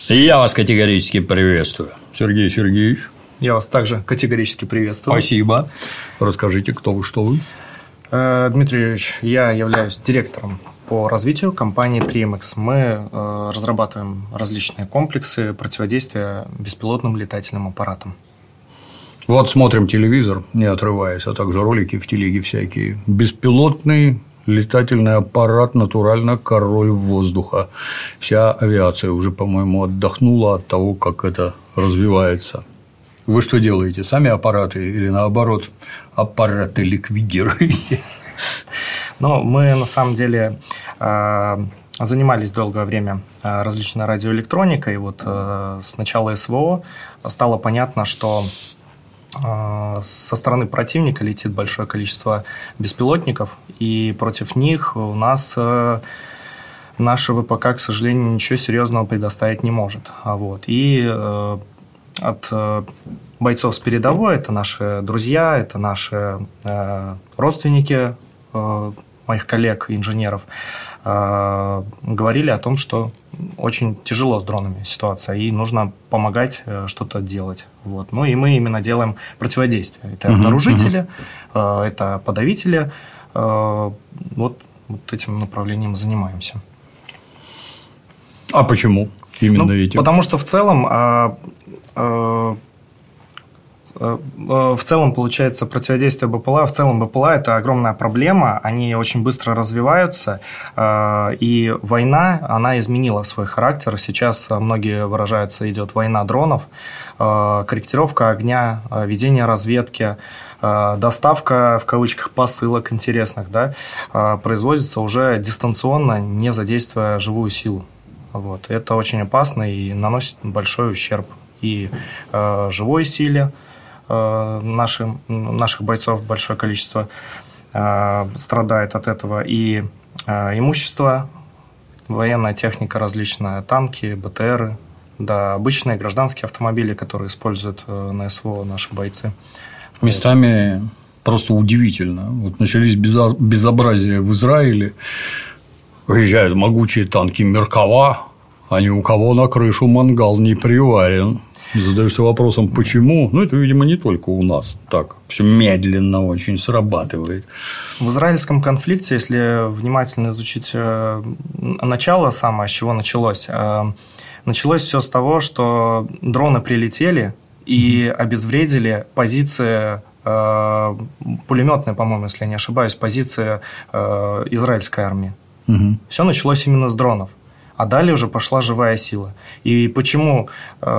Я вас категорически приветствую, Сергей Сергеевич. Я вас также категорически приветствую. Спасибо. Расскажите, кто вы, что вы? Дмитрий Юрьевич, я являюсь директором по развитию компании 3MX. Мы разрабатываем различные комплексы противодействия беспилотным летательным аппаратам. Вот смотрим телевизор, не отрываясь, а также ролики в телеге всякие. Беспилотный летательный аппарат, натурально король воздуха. Вся авиация уже, по-моему, отдохнула от того, как это развивается. Вы что делаете? Сами аппараты или, наоборот, аппараты ликвидируете? Ну, мы, на самом деле, занимались долгое время различной радиоэлектроникой. И вот с начала СВО стало понятно, что со стороны противника летит большое количество беспилотников, и против них у нас наша ВПК, к сожалению, ничего серьезного предоставить не может. И от бойцов с передовой, это наши друзья, это наши родственники моих коллег, инженеров, говорили о том, что очень тяжело с дронами ситуация, и нужно помогать что-то делать. Ну и мы именно делаем противодействие. Это обнаружители, это подавители. Вот этим направлением занимаемся. А почему именно этим? Потому что в целом получается противодействие БПЛА. В целом БПЛА – это огромная проблема, они очень быстро развиваются, и война, она изменила свой характер. Сейчас многие выражаются, идет война дронов, корректировка огня, ведение разведки, доставка, в кавычках, посылок интересных, производится уже дистанционно, не задействуя живую силу. Это очень опасно и наносит большой ущерб и живой силе. Наших бойцов большое количество страдает от этого, и имущество, военная техника различная, танки, БТРы, обычные гражданские автомобили, которые используют на СВО наши бойцы. Местами просто удивительно. Начались безобразия в Израиле, выезжают могучие танки Меркава, а ни у кого на крышу мангал не приварен. Задаешься вопросом, почему? Это, видимо, не только у нас так. Все медленно очень срабатывает. В израильском конфликте, если внимательно изучить начало самое, с чего началось, началось все с того, что дроны прилетели и обезвредили позиции, пулеметные, по-моему, если я не ошибаюсь, позиции израильской армии. Все началось именно с дронов. А далее уже пошла живая сила. И почему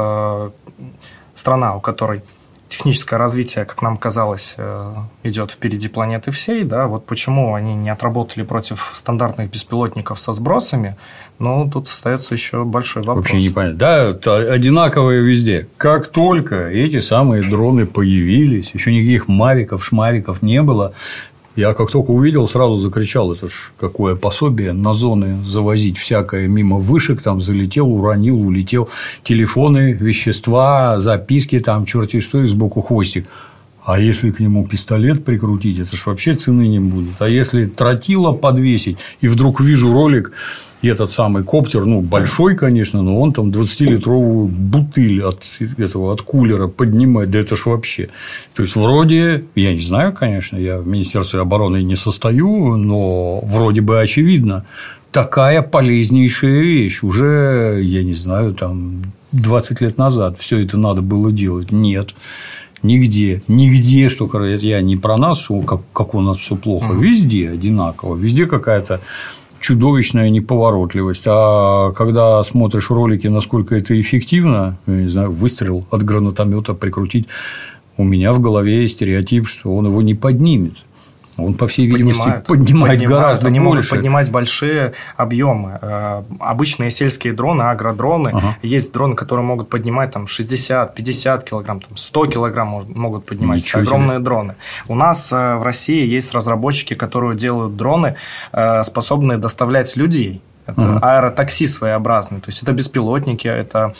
страна, у которой техническое развитие, как нам казалось, идет впереди планеты всей, почему они не отработали против стандартных беспилотников со сбросами, тут остается еще большой вопрос. Вообще непонятно. Это одинаковые везде. Как только эти самые дроны появились, еще никаких мавиков, шмавиков не было. Я как только увидел, сразу закричал, это ж какое пособие на зоны завозить всякое мимо вышек, там залетел, уронил, улетел, телефоны, вещества, записки, там черти что, и сбоку хвостик. А если к нему пистолет прикрутить, это ж вообще цены не будет. А если тротила подвесить, и вдруг вижу ролик, и этот самый коптер, большой, конечно, но он там 20-литровую бутыль от кулера поднимает. Да это ж вообще. То есть, вроде, я не знаю, конечно, я в Министерстве обороны не состою, но вроде бы очевидно, такая полезнейшая вещь. Уже, я не знаю, 20 лет назад все это надо было делать. Нет. Нигде, что я не про нас, как у нас все плохо. Везде одинаково. Везде какая-то чудовищная неповоротливость. А когда смотришь ролики, насколько это эффективно, я не знаю, выстрел от гранатомета прикрутить, у меня в голове стереотип, что он его не поднимет. Он, по всей видимости, поднимает гораздо они больше. Могут поднимать большие объемы. Обычные сельские дроны, агродроны, есть дроны, которые могут поднимать 60, 50 килограмм, 100 килограмм могут поднимать. Это огромные дроны. У нас в России есть разработчики, которые делают дроны, способные доставлять людей. Это аэротакси своеобразные. То есть, это беспилотники, это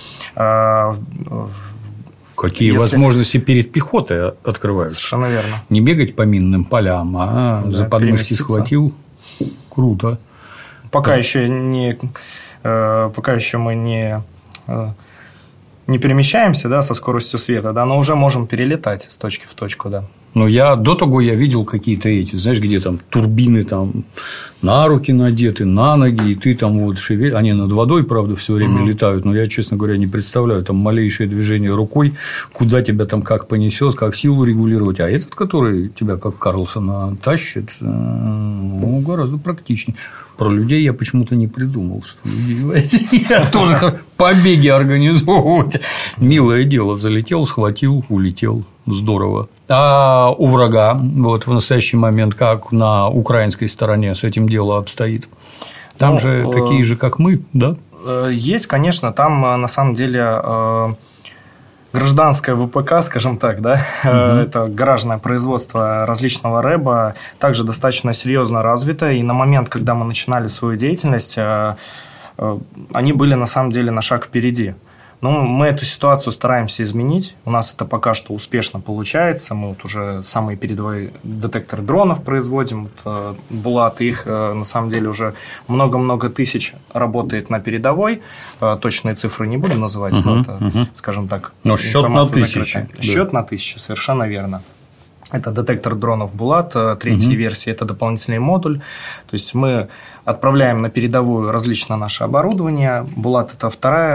Какие возможности перед пехотой открываются. Совершенно верно. Не бегать по минным полям, а за подмышки схватил. Круто. Пока еще мы не не перемещаемся, да, со скоростью света, да, но уже можем перелетать с точки в точку, да. Но до того я видел какие-то знаешь, где там турбины там на руки надеты, на ноги, и ты там вот шевелишь. Они над водой, правда, все время летают, но я, честно говоря, не представляю там малейшее движение рукой, куда тебя там как понесет, как силу регулировать. А этот, который тебя как Карлсона тащит, гораздо практичнее. Про людей я почему-то не придумал, что людей я тоже побеги организовывать. Милое дело. Залетел, схватил, улетел. Здорово. А у врага вот в настоящий момент как на украинской стороне с этим дело обстоит? Там же такие же, как мы, да? Есть, конечно. Там на самом деле гражданское ВПК, скажем так, да, это гаражное производство различного рэба, также достаточно серьезно развито. И на момент, когда мы начинали свою деятельность, они были на самом деле на шаг впереди. Но мы эту ситуацию стараемся изменить. У нас это пока что успешно получается. Мы вот уже самые передовые детекторы дронов производим. Вот, Булат, их на самом деле уже много-много тысяч работает на передовой. Точные цифры не буду называть, но это, скажем так, но счет на тысячи. Счет на тысячи, совершенно верно. Это детектор дронов Булат, третья версия, это дополнительный модуль. То есть мы отправляем на передовую различное наше оборудование. Булат – это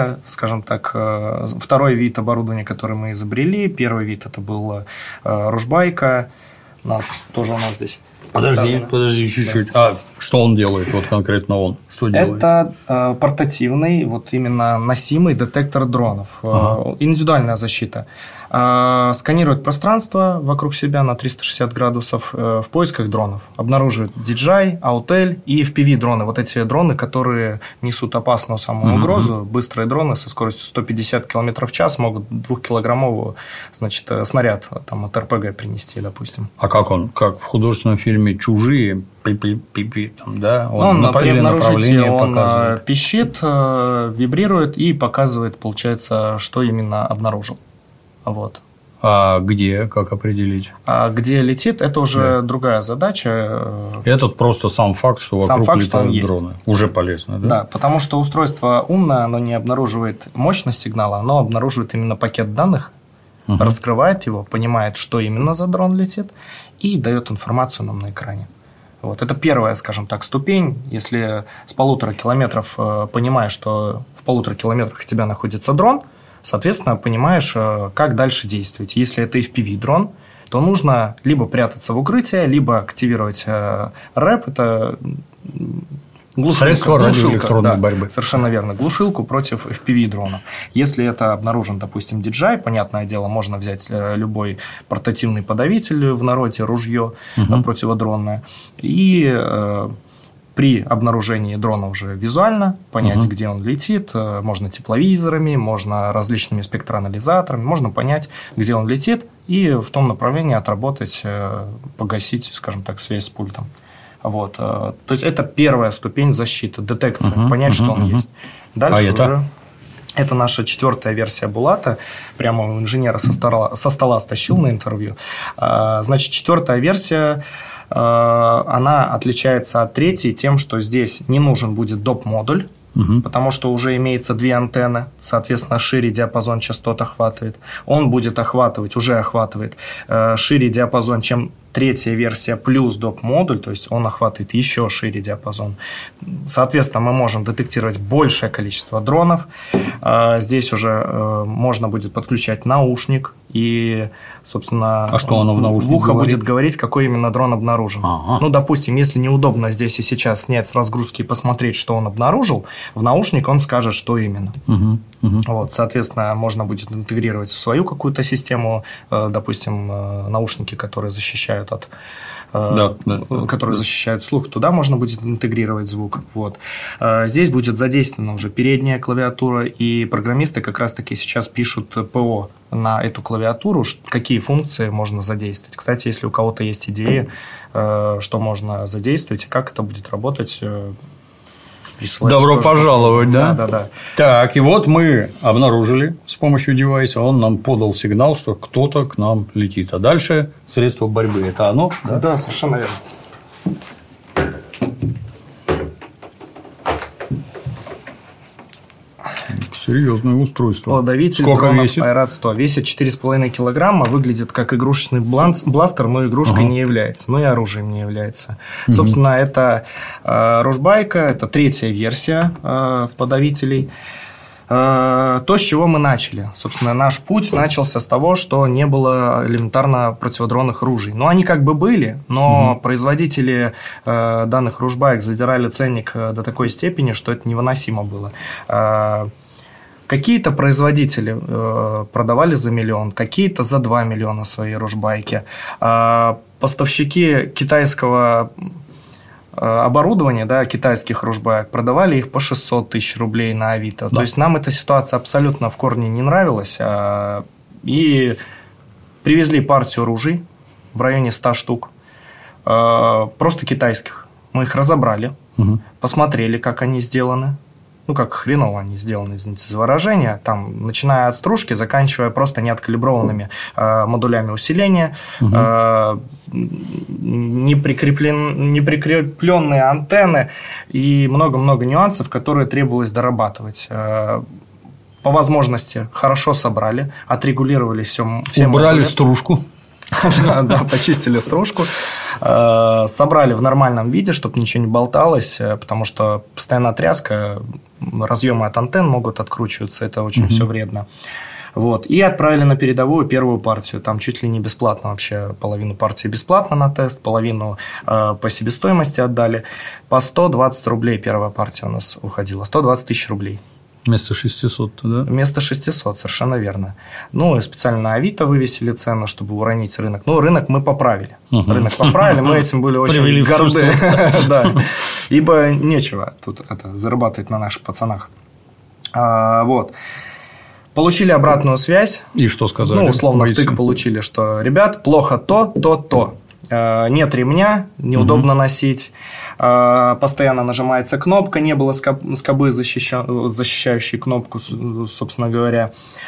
второй вид оборудования, который мы изобрели. Первый вид – это был Ружбайка, тоже у нас здесь. Подожди чуть-чуть. А что он делает, вот конкретно он? Что делает? Это портативный, вот именно носимый детектор дронов. Индивидуальная защита. Сканирует пространство вокруг себя на 360 градусов в поисках дронов. Обнаруживает DJI, Autel и FPV-дроны. Вот эти дроны, которые несут опасную самую угрозу. Быстрые дроны со скоростью 150 км в час могут 2-килограммовую, снаряд там, от РПГ принести, допустим. А как он? Как в художественном фильме «Чужие»? Там, да? Он при обнаружении он пищит, вибрирует и показывает, получается, что именно обнаружил. Вот. А где, как определить? А где летит, это уже другая задача. Этот просто сам факт, что вокруг летают дроны. Уже полезно, да? Да, потому что устройство умное, оно не обнаруживает мощность сигнала, оно обнаруживает именно пакет данных, раскрывает его, понимает, что именно за дрон летит, и дает информацию нам на экране. Вот. Это первая, скажем так, ступень. Если с 1,5 километров понимаешь, что в 1,5 километрах от тебя находится дрон, соответственно, понимаешь, как дальше действовать. Если это FPV-дрон, то нужно либо прятаться в укрытие, либо активировать рэп. Это средство радиоэлектронной борьбы. Совершенно верно. Глушилку против FPV-дрона. Если это обнаружен, допустим, DJI, понятное дело, можно взять любой портативный подавитель в народе, ружье противодронное. И при обнаружении дрона уже визуально понять, где он летит, можно тепловизорами, можно различными спектраанализаторами, можно понять, где он летит, и в том направлении отработать, погасить, скажем так, связь с пультом. Вот. То есть это первая ступень защиты, детекция, понять, что он есть. Дальше уже это наша 4-я версия Булата. Прямо у инженера со стола стащил на интервью. Значит, 4-я версия. Она отличается от 3-й тем, что здесь не нужен будет доп-модуль, потому что уже имеется 2 антенны, соответственно, шире диапазон частот охватывает. Он будет уже охватывает шире диапазон, чем 3-я версия плюс доп-модуль, то есть он охватывает еще шире диапазон. Соответственно, мы можем детектировать большее количество дронов. Здесь уже можно будет подключать наушник и, собственно, что оно в ухо будет говорить, какой именно дрон обнаружен. Ну, допустим, если неудобно здесь и сейчас снять с разгрузки и посмотреть, что он обнаружил, в наушник он скажет, что именно. Вот, соответственно, можно будет интегрировать в свою какую-то систему, допустим, наушники, которые защищают которые защищают слух, туда можно будет интегрировать звук. Вот. Здесь будет задействована уже передняя клавиатура, и программисты как раз-таки сейчас пишут ПО на эту клавиатуру, какие функции можно задействовать. Кстати, если у кого-то есть идеи, что можно задействовать и как это будет работать, добро пожаловать, да? Да. Так, и вот мы обнаружили с помощью девайса, он нам подал сигнал, что кто-то к нам летит. А дальше средство борьбы. Это оно? Да, да, совершенно верно. Серьезное устройство. Плодовитель сколько дронов весит? Айрат 100. Весит 4,5 килограмма, выглядит как игрушечный бластер, но игрушкой не является, но и оружием не является. Собственно, это ружбайка, это третья версия подавителей. То, с чего мы начали. Собственно, наш путь начался с того, что не было элементарно противодронных ружей. Ну, они как бы были, но производители данных ружбаек задирали ценник до такой степени, что это невыносимо было. Какие-то производители продавали за 1 миллион, какие-то за 2 миллиона свои ружбайки. Поставщики китайского оборудование, да, китайских ружбаек, продавали их по 600 тысяч рублей на Авито. Да. То есть, нам эта ситуация абсолютно в корне не нравилась. И привезли партию ружей в районе 100 штук, просто китайских. Мы их разобрали, посмотрели, как они сделаны. Ну, как хреново они сделаны, извините за выражение, там, начиная от стружки, заканчивая просто неоткалиброванными модулями усиления, неприкрепленные антенны и много-много нюансов, которые требовалось дорабатывать. По возможности хорошо собрали, отрегулировали все убрали стружку. Да, почистили стружку, собрали в нормальном виде, чтобы ничего не болталось, потому что постоянная тряска, разъемы от антенн могут откручиваться, это очень все вредно. Вот. И отправили на передовую первую партию. Там чуть ли не бесплатно вообще. Половину партии бесплатно на тест, половину по себестоимости отдали. По 120 рублей первая партия у нас уходила. 120 тысяч рублей. Вместо 600, да? Вместо 600, совершенно верно. Ну, и специально на Авито вывесили цену, чтобы уронить рынок. Ну, рынок мы поправили. Рынок поправили, мы этим были очень горды. Да. Ибо нечего тут зарабатывать на наших пацанах. Вот. Получили обратную связь. И что сказали? Ну, условно, втык получили, что, ребят, плохо то. Нет ремня, неудобно носить. Постоянно нажимается кнопка, не было скобы, защищающей кнопку, собственно говоря.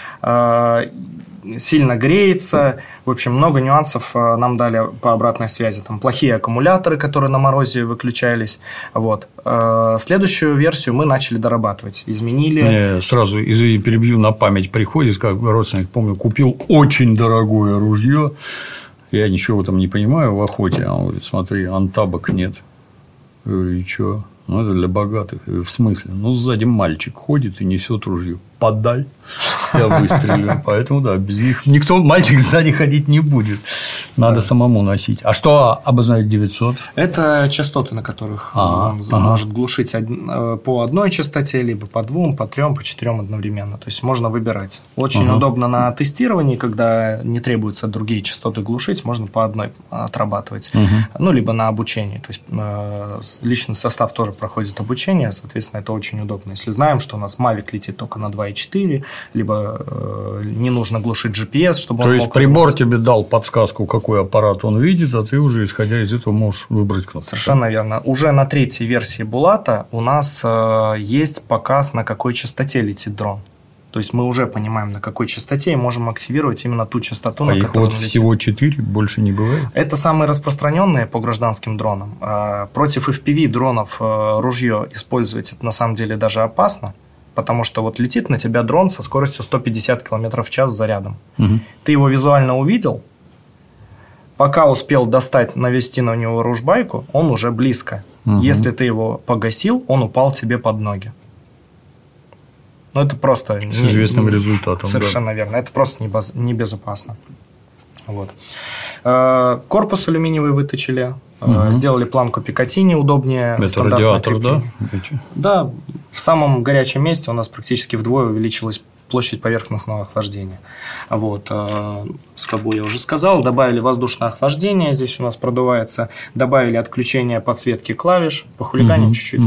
Сильно греется. В общем, много нюансов нам дали по обратной связи. Там плохие аккумуляторы, которые на морозе выключались. Вот. Следующую версию мы начали дорабатывать. Изменили. Мне сразу, извини, перебью, на память приходит, как родственник, помню, купил очень дорогое ружье. Я ничего в этом не понимаю в охоте. А он говорит, смотри, антабок нет. Я говорю, и что? Ну, это для богатых. Я говорю, в смысле? Ну, сзади мальчик ходит и несет ружье. Подаль. Я выстрелю. Поэтому, да, без них мальчик сзади ходить не будет. Надо самому носить. А что обозначает 900? Это частоты, на которых он может глушить по одной частоте, либо по 2, по 3, по 4 одновременно. То есть, можно выбирать. Очень удобно на тестировании, когда не требуется другие частоты глушить, можно по одной отрабатывать. Ну, либо на обучении. То есть, личный состав тоже проходит обучение, соответственно, это очень удобно. Если знаем, что у нас Mavic летит только на 2,4, либо не нужно глушить GPS, чтобы он То есть, прибор тебе дал подсказку, какой аппарат он видит, а ты уже, исходя из этого, можешь выбрать кнопку. Совершенно верно. Уже на 3-й версии Булата у нас есть показ, на какой частоте летит дрон. То есть, мы уже понимаем, на какой частоте, и можем активировать именно ту частоту, на которой он летит. Всего 4, больше не бывает? Это самые распространенные по гражданским дронам. Против FPV дронов ружье использовать это на самом деле даже опасно, потому что вот летит на тебя дрон со скоростью 150 км в час зарядом. Ты его визуально увидел, пока успел достать, навести на него ружбайку, он уже близко. Если ты его погасил, он упал тебе под ноги. Ну, это просто... С известным результатом. Совершенно верно. Это просто небезопасно. Вот. Корпус алюминиевый выточили. Сделали планку Пикатини удобнее. Это радиатор, да? Да. В самом горячем месте у нас практически вдвое увеличилась площадь поверхностного охлаждения. Вот. Скобу я уже сказал. Добавили воздушное охлаждение. Здесь у нас продувается. Добавили отключение подсветки клавиш. Похулиганим чуть-чуть.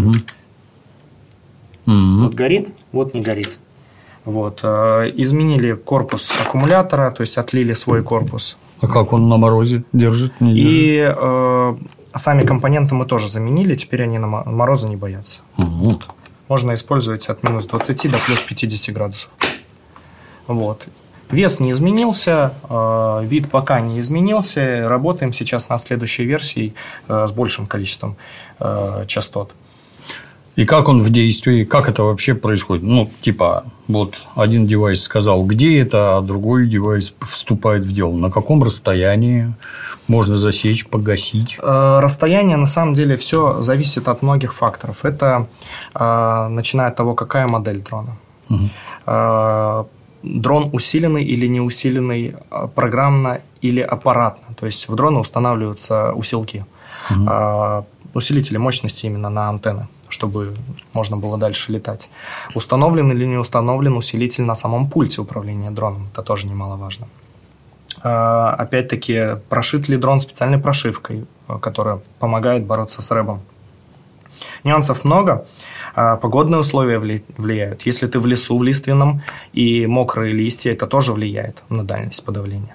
Вот горит, вот не горит. Вот. Изменили корпус аккумулятора, то есть отлили свой корпус. А как он на морозе держит? И сами компоненты мы тоже заменили, теперь они на мороза не боятся. Вот. Можно использовать от минус 20 до плюс 50 градусов. Вот. Вес не изменился, вид пока не изменился. Работаем сейчас над следующей версией с большим количеством частот. И как он в действии, как это вообще происходит? Ну, типа, вот один девайс сказал, где это, а другой девайс вступает в дело. На каком расстоянии можно засечь, погасить? Расстояние, на самом деле, все зависит от многих факторов. Это начиная от того, какая модель дрона. Угу. Дрон усиленный или не усиленный программно или аппаратно. То есть в дроны устанавливаются усилки. Угу. Усилители мощности именно на антенны, чтобы можно было дальше летать. Установлен или не установлен усилитель на самом пульте управления дроном. Это тоже немаловажно. Опять-таки, прошит ли дрон специальной прошивкой, которая помогает бороться с рэбом. Нюансов много. Погодные условия влияют. Если ты в лесу, в лиственном, и мокрые листья, это тоже влияет на дальность подавления.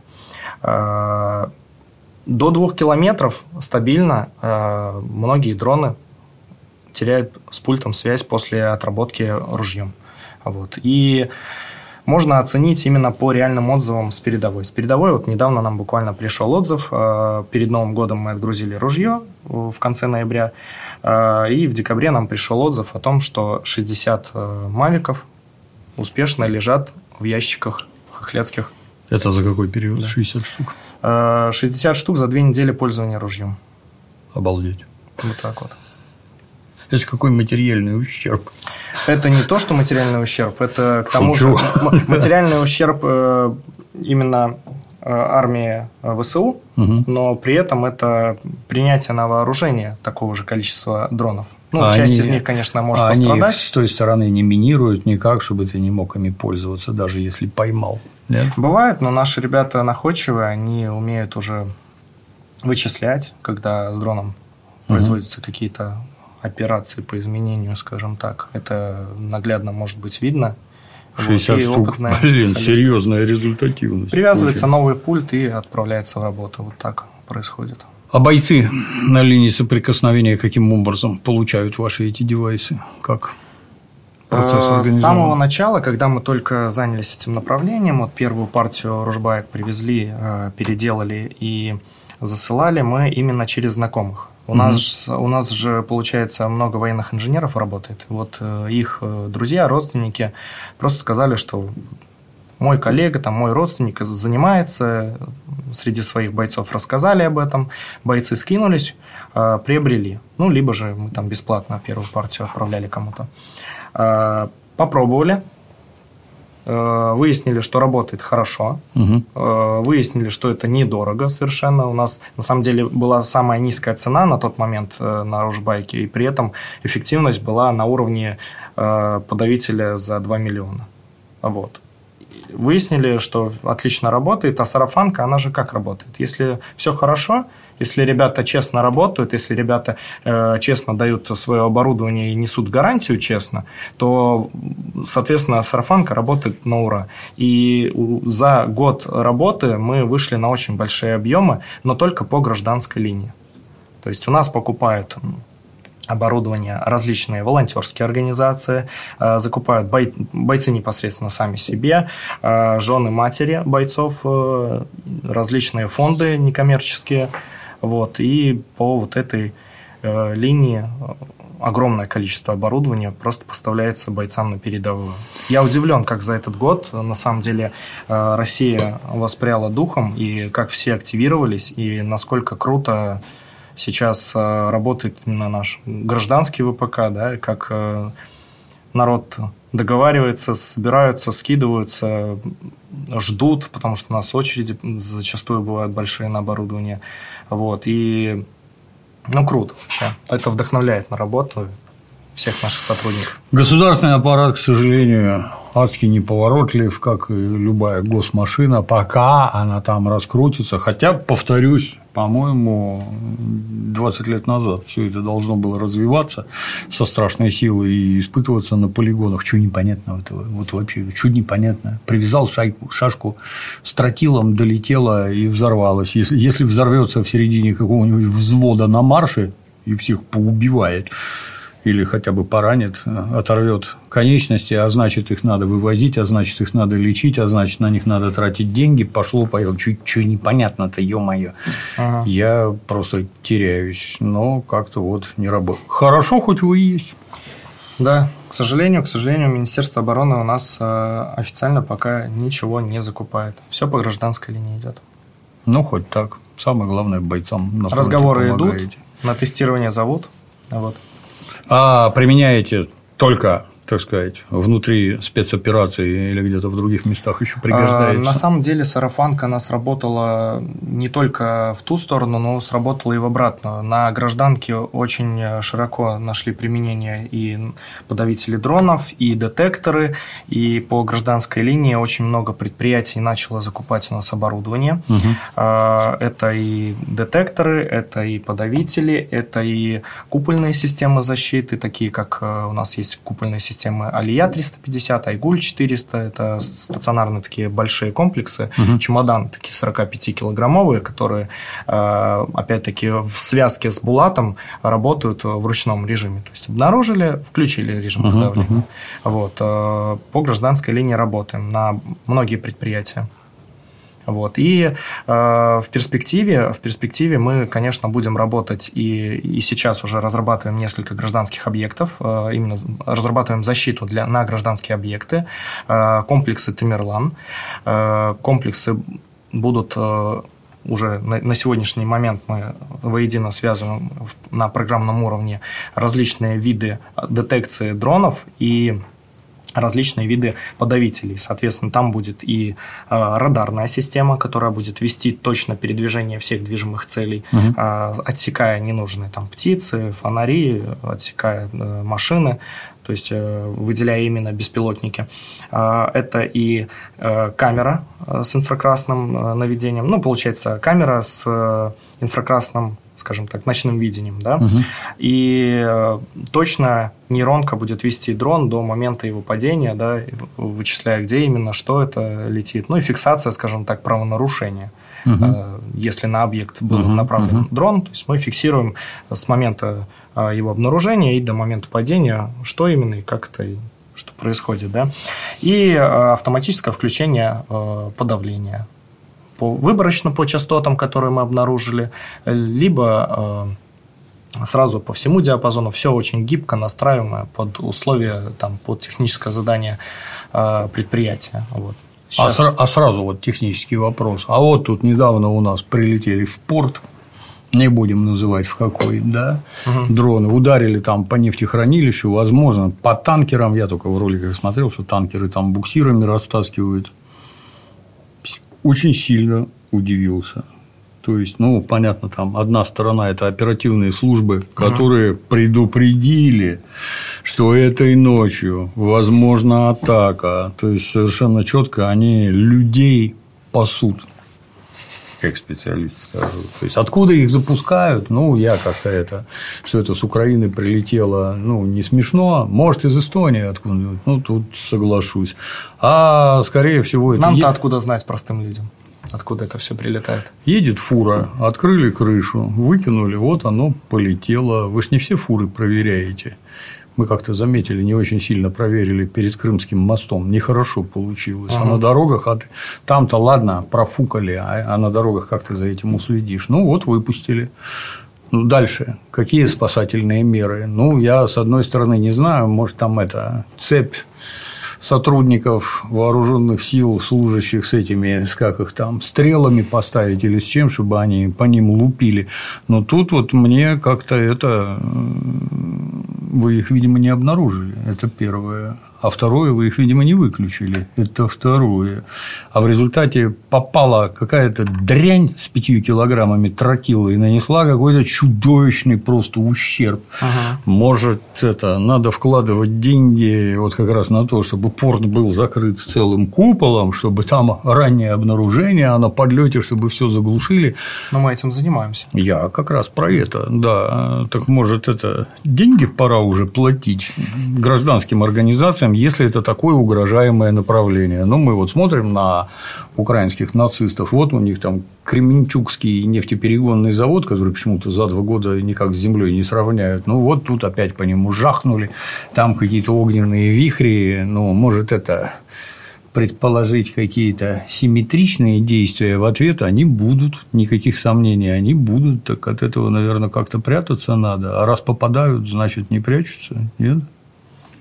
До 2 километров стабильно многие дроны теряют с пультом связь после отработки ружьем. Вот. И можно оценить именно по реальным отзывам с передовой. С передовой вот недавно нам буквально пришел отзыв. Перед Новым годом мы отгрузили ружье в конце ноября. И в декабре нам пришел отзыв о том, что 60 мавиков успешно лежат в ящиках хохлядских. Это за какой период? Да. 60 штук? 60 штук за 2 недели пользования ружьем. Обалдеть. Вот так вот. Это же какой материальный ущерб. Это не то, что материальный ущерб, это к тому же материальный ущерб именно армии ВСУ, угу. Но при этом это принятие на вооружение такого же количества дронов. Ну, часть из них, конечно, может пострадать. Они с той стороны не минируют никак, чтобы ты не мог ими пользоваться, даже если поймал. Нет? Бывает, но наши ребята находчивые, они умеют уже вычислять, когда с дроном производятся какие-то операции по изменению, скажем так. Это наглядно может быть видно. 60 штук. Блин, серьезная результативность. Привязывается новый пульт и отправляется в работу. Вот так происходит. А бойцы на линии соприкосновения каким образом получают ваши эти девайсы? Как процесс организован? С самого начала, когда мы только занялись этим направлением, вот первую партию ружбаек привезли, переделали и засылали мы именно через знакомых. У нас же, получается, много военных инженеров работает. Вот их друзья, родственники просто сказали, что мой коллега, там, мой родственник занимается, среди своих бойцов рассказали об этом, бойцы скинулись, приобрели. Ну, либо же мы там бесплатно первую партию отправляли кому-то. Попробовали. Выяснили, что работает хорошо, выяснили, что это недорого совершенно. У нас, на самом деле, была самая низкая цена на тот момент на ружбайке, и при этом эффективность была на уровне подавителя за 2 миллиона. Вот. Выяснили, что отлично работает, а сарафанка, она же как работает? Если все хорошо, если ребята честно работают, если ребята честно дают свое оборудование и несут гарантию честно, то, соответственно, сарафанка работает на ура. И за год работы мы вышли на очень большие объемы, но только по гражданской линии. То есть у нас покупают оборудование различные волонтерские организации, закупают бойцы непосредственно сами себе, жены, матери бойцов, различные фонды некоммерческие. Вот, и по вот этой линии огромное количество оборудования просто поставляется бойцам на передовую. Я удивлен, как за этот год, на самом деле, Россия воспряла духом, и как все активировались, и насколько круто сейчас работает именно наш гражданский ВПК, да, как народ договаривается, собираются, скидываются, ждут, потому что у нас очереди зачастую бывают большие на оборудование. Вот, и, круто вообще. Это вдохновляет на работу всех наших сотрудников. Государственный аппарат, к сожалению, адски неповоротлив, как и любая госмашина, пока она там раскрутится. Хотя, повторюсь, по-моему, 20 лет назад все это должно было развиваться со страшной силой и испытываться на полигонах. Чего непонятного этого? Вот вообще, что непонятно. Привязал шашку с тротилом, долетела и взорвалась. Если взорвется в середине какого-нибудь взвода на марше и всех поубивает, или хотя бы поранит, оторвет конечности, а значит, их надо вывозить, а значит, их надо лечить, а значит, на них надо тратить деньги, пошло-поехало. Что непонятно-то, ё-моё. Ага. Я просто теряюсь, но как-то вот не работает. Хорошо, хоть вы есть. Да, к сожалению, Министерство обороны у нас официально пока ничего не закупает. Все по гражданской линии идет. Ну, хоть так. Самое главное, бойцам на фронте разговоры помогаете. идут, на тестирование зовут. Вот. А применяете только, так сказать, внутри спецопераций или где-то в других местах еще пригождается? На самом деле сарафанка она сработала не только в ту сторону, но сработала и в обратную. На гражданке очень широко нашли применение и подавители дронов, и детекторы, и по гражданской линии очень много предприятий начало закупать у нас оборудование. Это и детекторы, это и подавители, это и купольные системы защиты, такие как у нас есть купольные системы Алия-350, Айгуль-400, это стационарные такие большие комплексы, чемоданы такие 45-килограммовые, которые, опять-таки, в связке с Булатом работают в ручном режиме. То есть, обнаружили, включили режим подавления. Вот. По гражданской линии работаем на многие предприятия. Вот. И в перспективе мы, конечно, будем работать и сейчас уже разрабатываем несколько гражданских объектов, именно разрабатываем защиту на гражданские объекты, комплексы Тамерлан, комплексы будут уже на сегодняшний момент мы воедино связываем на программном уровне различные виды детекции дронов и различные виды подавителей. Соответственно, там будет и радарная система, которая будет вести точно передвижение всех движимых целей, отсекая ненужные там птицы, фонари, отсекая машины, то есть выделяя именно беспилотники. Это и камера с инфракрасным наведением, ну, получается, камера с инфракрасным, скажем так, ночным видением, да, и точно нейронка будет вести дрон до момента его падения, да, вычисляя, где именно, что это летит, ну и фиксация, скажем так, правонарушения. Если на объект был направлен дрон, то есть мы фиксируем с момента его обнаружения и до момента падения, что именно и как это, что происходит, да, и автоматическое включение подавления. Выборочно по частотам, которые мы обнаружили, либо сразу по всему диапазону, все очень гибко настраиваемо под условия, там, под техническое задание предприятия. Вот. А сразу вот технический вопрос. А вот тут недавно у нас прилетели в порт, не будем называть в какой, да, дроны, ударили там по нефтехранилищу, возможно, по танкерам, я только в роликах смотрел, что танкеры там буксирами растаскивают. Очень сильно удивился. То есть, ну, понятно, там одна сторона – это оперативные службы, которые предупредили, что этой ночью возможна атака. То есть, совершенно четко они людей пасут, как специалист скажу. То есть, откуда их запускают? Ну, я как-то что это с Украины прилетело, ну, не смешно. Может, из Эстонии откуда-нибудь. Ну, тут соглашусь. А, скорее всего, это… Нам-то откуда знать простым людям? Откуда это все прилетает? Едет фура, открыли крышу, выкинули, вот оно полетело. Вы ж не все фуры проверяете. Мы как-то заметили, не очень сильно проверили перед Крымским мостом. Нехорошо получилось. А на дорогах, там-то ладно, профукали, а на дорогах как ты за этим уследишь? Ну, вот выпустили. Ну, дальше. Какие спасательные меры? Ну, я, с одной стороны, не знаю, может, там цепь сотрудников вооруженных сил, служащих с этими, как их там, стрелами поставить или с чем, чтобы они по ним лупили. Но тут вот мне как-то вы их, видимо, не обнаружили. Это первое. А второе, вы их, видимо, не выключили. Это второе. А в результате попала какая-то дрянь с 5 килограммами тротила и нанесла какой-то чудовищный просто ущерб. Может, надо вкладывать деньги вот как раз на то, чтобы порт был закрыт целым куполом, чтобы там раннее обнаружение, а на подлете, чтобы все заглушили. Но мы этим занимаемся. Я как раз про это, да. Так может, деньги пора уже платить гражданским организациям, если это такое угрожаемое направление. Ну, мы вот смотрим на украинских нацистов, вот у них там Кременчугский нефтеперегонный завод, который почему-то за 2 года никак с землей не сравняют. Ну, вот тут опять по нему жахнули, там какие-то огненные вихри, ну, может, предположить какие-то симметричные действия в ответ, они будут, никаких сомнений, они будут, так от этого, наверное, как-то прятаться надо, а раз попадают, значит, не прячутся, нет?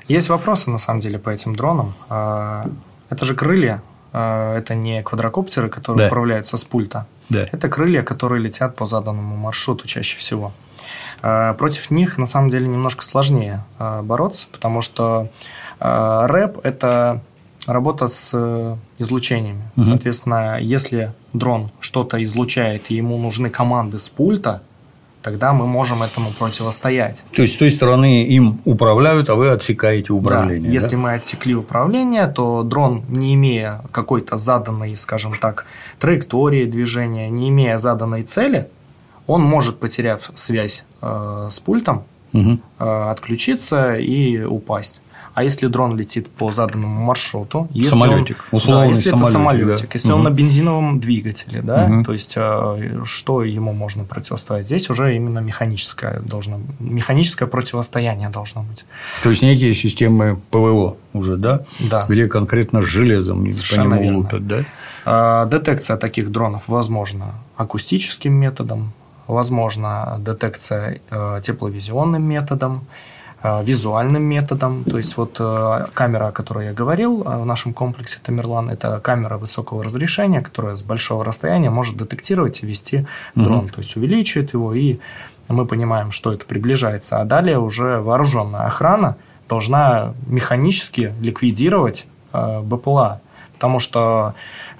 Есть вопросы, на самом деле, по этим дронам. Это же крылья, это не квадрокоптеры, которые управляются с пульта. Да. Это крылья, которые летят по заданному маршруту чаще всего. Против них, на самом деле, немножко сложнее бороться, потому что РЭП – это работа с излучениями. Соответственно, если дрон что-то излучает, и ему нужны команды с пульта, тогда мы можем этому противостоять. То есть, с той стороны им управляют, а вы отсекаете управление. Да, если мы отсекли управление, то дрон, не имея какой-то заданной, скажем так, траектории движения, не имея заданной цели, он может, потеряв связь с пультом, отключиться и упасть. А если дрон летит по заданному маршруту, если самолетик, если это самолетик, если он на бензиновом двигателе, да, то есть что ему можно противостоять? Здесь уже именно механическое противостояние должно быть. То есть некие системы ПВО уже, да? Да. Где конкретно с железом по нему лупят, да? Детекция таких дронов возможна акустическим методом, возможно детекция тепловизионным методом, визуальным методом. То есть, вот камера, о которой я говорил в нашем комплексе Тамерлан, это камера высокого разрешения, которая с большого расстояния может детектировать и вести дрон. То есть, увеличивает его, и мы понимаем, что это приближается. А далее уже вооруженная охрана должна механически ликвидировать БПЛА, потому что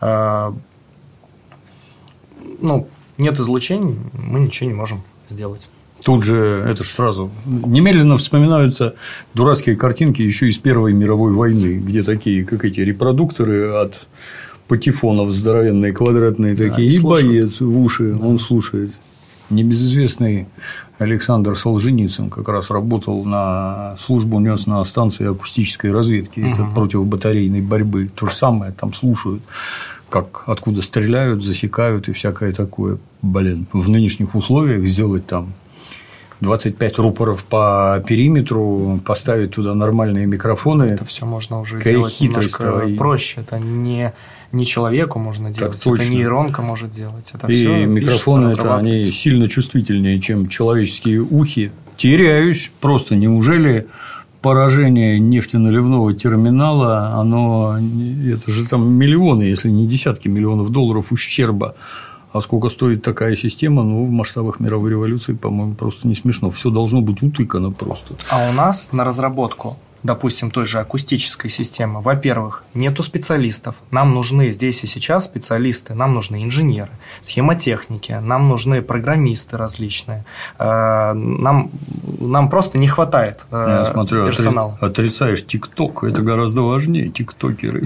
нет излучений, мы ничего не можем сделать. Тут же, это же сразу немедленно вспоминаются дурацкие картинки еще из Первой мировой войны, где такие, как эти репродукторы от патефонов здоровенные, квадратные такие, и боец в уши, он слушает. Небезызвестный Александр Солженицын как раз работал на службу, нес на станции акустической разведки, это противобатарейной борьбы. То же самое там слушают, как откуда стреляют, засекают и всякое такое. Блин, в нынешних условиях сделать там 25 рупоров по периметру, поставить туда нормальные микрофоны. Это все можно уже делать немножко проще. Это не человеку можно делать, это нейронка может делать. Это и все микрофоны это они сильно чувствительнее, чем человеческие ухи. Теряюсь просто. Неужели поражение нефтеналивного терминала, это же там миллионы, если не десятки миллионов долларов ущерба. А сколько стоит такая система, в масштабах мировой революции, по-моему, просто не смешно. Все должно быть утыкано просто. А у нас на разработку, допустим, той же акустической системы, во-первых, нету специалистов. Нам нужны здесь и сейчас специалисты, нам нужны инженеры, схемотехники, нам нужны программисты различные. Нам просто не хватает персонала. Отрицаешь ТикТок, это гораздо важнее, тиктокеры.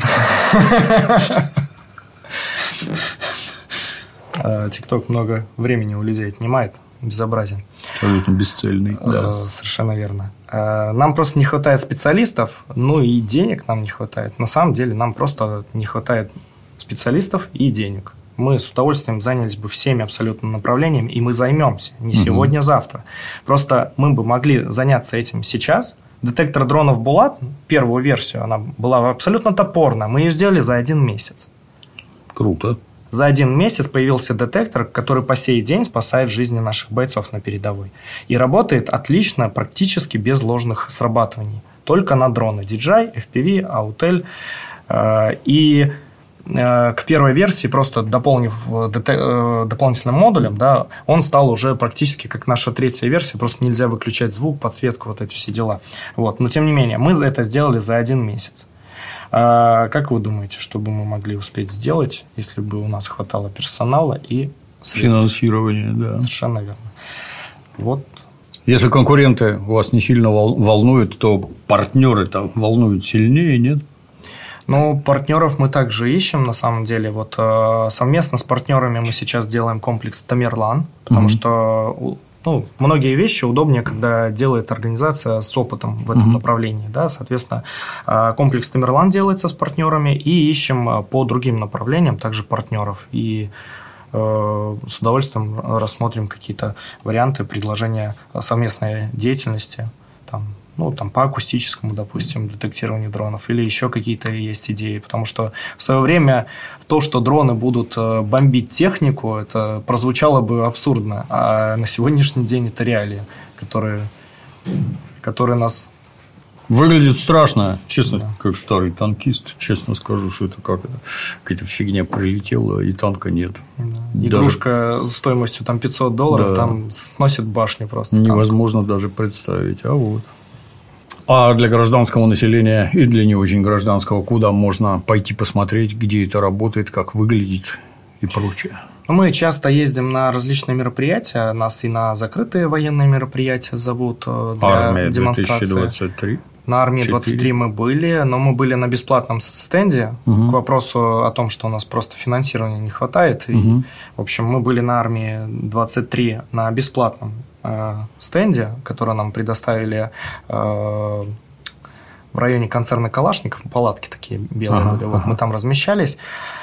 ТикТок много времени у людей отнимает, безобразие. Абсолютно бесцельный, да. Совершенно верно. Нам просто не хватает специалистов, и денег нам не хватает. На самом деле нам просто не хватает специалистов и денег. Мы с удовольствием занялись бы всеми абсолютно направлениями, и мы займемся не сегодня, а завтра. Просто мы бы могли заняться этим сейчас. Детектор дронов Булат, первую версию, она была абсолютно топорная. Мы ее сделали за 1 месяц. Круто. За 1 месяц появился детектор, который по сей день спасает жизни наших бойцов на передовой. И работает отлично, практически без ложных срабатываний. Только на дроны DJI, FPV, Autel. И к первой версии, просто дополнив дополнительным модулем, да, он стал уже практически как наша 3-я версия, просто нельзя выключать звук, подсветку, вот эти все дела. Но тем не менее, мы это сделали за 1 месяц. Как вы думаете, что бы мы могли успеть сделать, если бы у нас хватало персонала и средств? Финансирование, да. Совершенно верно. Если конкуренты вас не сильно волнуют, то партнеры-то волнуют сильнее, нет? Партнеров мы также ищем, на самом деле. Совместно с партнерами мы сейчас делаем комплекс Тамерлан, потому что многие вещи удобнее, когда делает организация с опытом в этом направлении. Да? Соответственно, комплекс Тамерлан делается с партнерами, и ищем по другим направлениям также партнеров. И с удовольствием рассмотрим какие-то варианты предложения совместной деятельности. По акустическому, допустим, детектированию дронов, или еще какие-то есть идеи, потому что в свое время то, что дроны будут бомбить технику, это прозвучало бы абсурдно, а на сегодняшний день это реалии, которые нас Выглядит страшно, честно, как старый танкист. Честно скажу, что это какая-то фигня прилетела, и танка нет. Да. Игрушка стоимостью там $500, там сносит башню просто. Невозможно даже представить. А для гражданского населения и для не очень гражданского, куда можно пойти посмотреть, где это работает, как выглядит и прочее? Мы часто ездим на различные мероприятия. Нас и на закрытые военные мероприятия зовут для Армия демонстрации. 2023. На армии 23 мы были, но мы были на бесплатном стенде. К вопросу о том, что у нас просто финансирования не хватает. И, в общем, мы были на армии 23 на бесплатном стенде, который нам предоставили в районе концерна Калашников. Палатки такие белые были. Вот мы там размещались.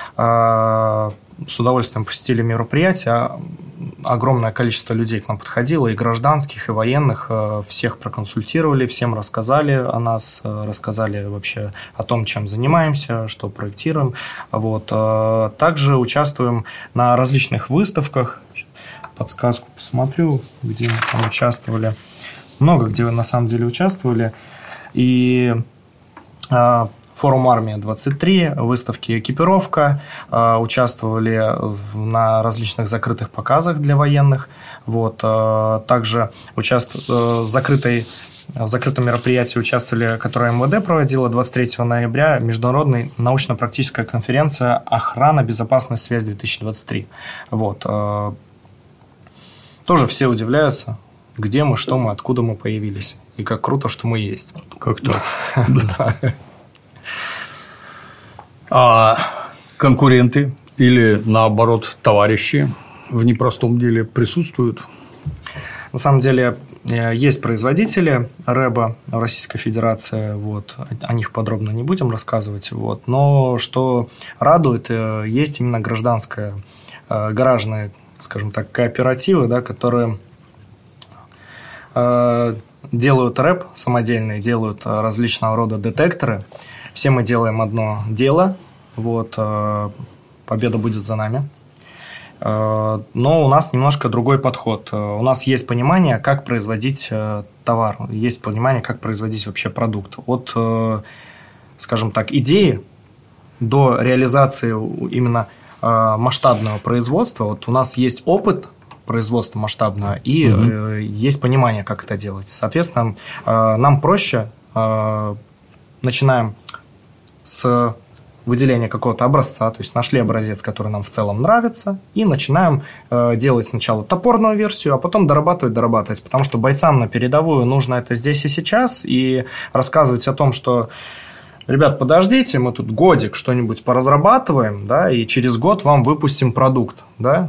С удовольствием посетили мероприятия. Огромное количество людей к нам подходило, и гражданских, и военных. Всех проконсультировали, всем рассказали о нас, рассказали вообще о том, чем занимаемся, что проектируем. Также участвуем на различных выставках. Подсказку посмотрю, где мы там участвовали. Много где на самом деле участвовали. И форум «Армия-23», выставки «Экипировка», участвовали на различных закрытых показах для военных. Также в закрытом мероприятии участвовали, которое МВД проводило 23 ноября, Международная научно-практическая конференция «Охрана, безопасность, связь-2023». Тоже все удивляются, где мы, что мы, откуда мы появились. И как круто, что мы есть. Как так? А конкуренты или, наоборот, товарищи в непростом деле присутствуют? На самом деле, есть производители рэба в Российской Федерации. О них подробно не будем рассказывать. Но что радует, есть именно гаражные, скажем так, кооперативы, которые делают рэп самодельный, делают различного рода детекторы. Все мы делаем одно дело, победа будет за нами. Но у нас немножко другой подход. У нас есть понимание, как производить товар, есть понимание, как производить вообще продукт. Скажем так, идеи до реализации именно масштабного производства. У нас есть опыт производства масштабного и есть понимание, как это делать. Соответственно, нам проще, начинаем с выделения какого-то образца, то есть нашли образец, который нам в целом нравится, и начинаем делать сначала топорную версию, а потом дорабатывать, потому что бойцам на передовую нужно это здесь и сейчас, и рассказывать о том, что ребят, подождите, мы тут годик что-нибудь поразрабатываем, и через год вам выпустим продукт,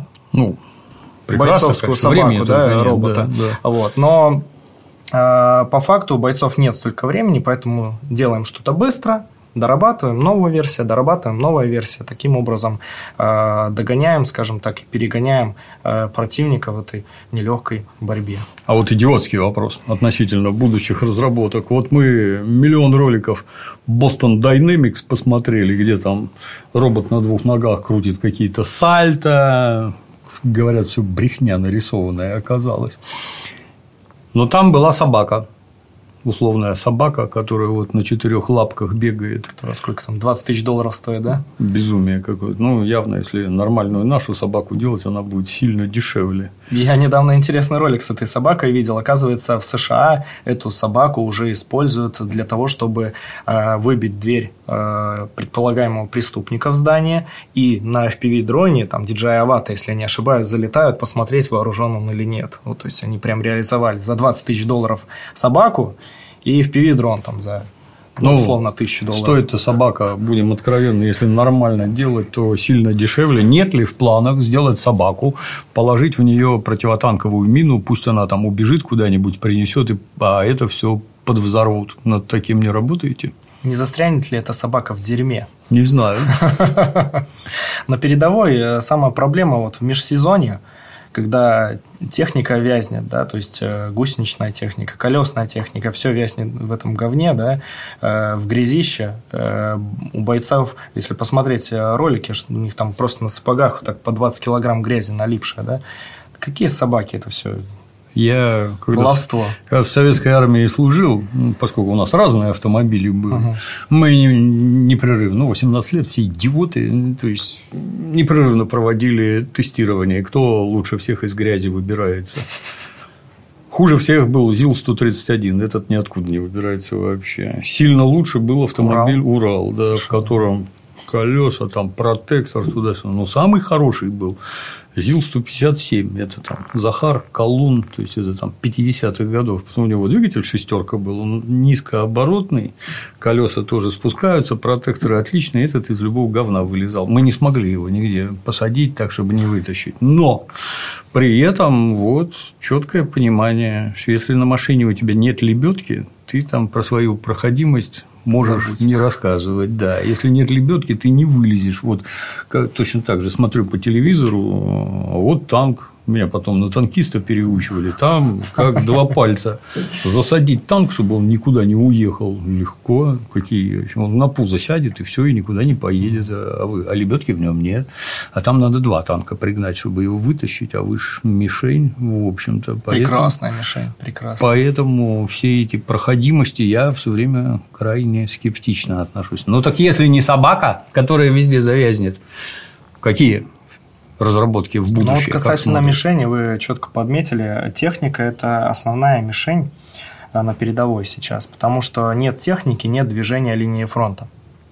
бойцовскую собаку, робота. Но по факту у бойцов нет столько времени, поэтому делаем что-то быстро, дорабатываем новая версия, новая версия. Таким образом догоняем, скажем так, и перегоняем противника в этой нелегкой борьбе. А идиотский вопрос относительно будущих разработок. Мы миллион роликов Boston Dynamics посмотрели, где там робот на 2 ногах крутит какие-то сальто. Говорят, все брехня нарисованная оказалась. Но там была собака. Условная собака, которая на 4 лапках бегает. Сколько там, $20 000 стоит, да? Безумие какое-то. Явно, если нормальную нашу собаку делать, она будет сильно дешевле. Я недавно интересный ролик с этой собакой видел. Оказывается, в США эту собаку уже используют для того, чтобы выбить дверь предполагаемого преступника в здание. И на FPV-дроне, там, DJI Avata, если я не ошибаюсь, залетают посмотреть, вооружен он или нет. То есть, они прям реализовали за $20 000 собаку, и FPV-дрон там за, условно, $1000. Стоит эта собака, будем откровенны, если нормально делать, то сильно дешевле. Нет ли в планах сделать собаку, положить в нее противотанковую мину, пусть она там убежит куда-нибудь, принесет, а это все подвзорвут? Над таким не работаете? Не застрянет ли эта собака в дерьме? Не знаю. На передовой самая проблема в межсезонье, когда техника вязнет, то есть гусеничная техника, колесная техника, все вязнет в этом говне, в грязище. У бойцов, если посмотреть ролики, что у них там просто на сапогах так по 20 килограмм грязи налипшая, какие собаки это все? Я когда в советской армии служил, поскольку у нас разные автомобили были, мы непрерывно, 18 лет, все идиоты, то есть непрерывно проводили тестирование, кто лучше всех из грязи выбирается. Хуже всех был ЗИЛ-131, этот ниоткуда не выбирается вообще. Сильно лучше был автомобиль Урал, да, в котором колеса, там протектор туда-сюда. Но самый хороший был ЗИЛ-157, это там Захар, Колун, то есть это там 50-х годов. Потом у него двигатель шестерка был, он низкооборотный, колеса тоже спускаются, протекторы отличные, этот из любого говна вылезал. Мы не смогли его нигде посадить так, чтобы не вытащить. Но при этом вот четкое понимание, что если на машине у тебя нет лебедки, ты там про свою проходимость можешь не рассказывать, да. Если нет лебедки, ты не вылезешь. Вот точно так же смотрю по телевизору, вот танк. Меня потом на танкиста переучивали. Там как два пальца. Засадить танк, чтобы он никуда не уехал, легко. Он на пузо сядет, и все, и никуда не поедет. А лебедки в нем нет. А там надо 2 танка пригнать, чтобы его вытащить. А вы ж мишень, в общем-то. Прекрасная мишень, прекрасная. Поэтому все эти проходимости я все время крайне скептично отношусь. Ну так если не собака, которая везде завязнет, какие разработки в будущее? Ну, вот касательно мишени, вы четко подметили, техника – это основная мишень на передовой сейчас, потому что нет техники, нет движения линии фронта.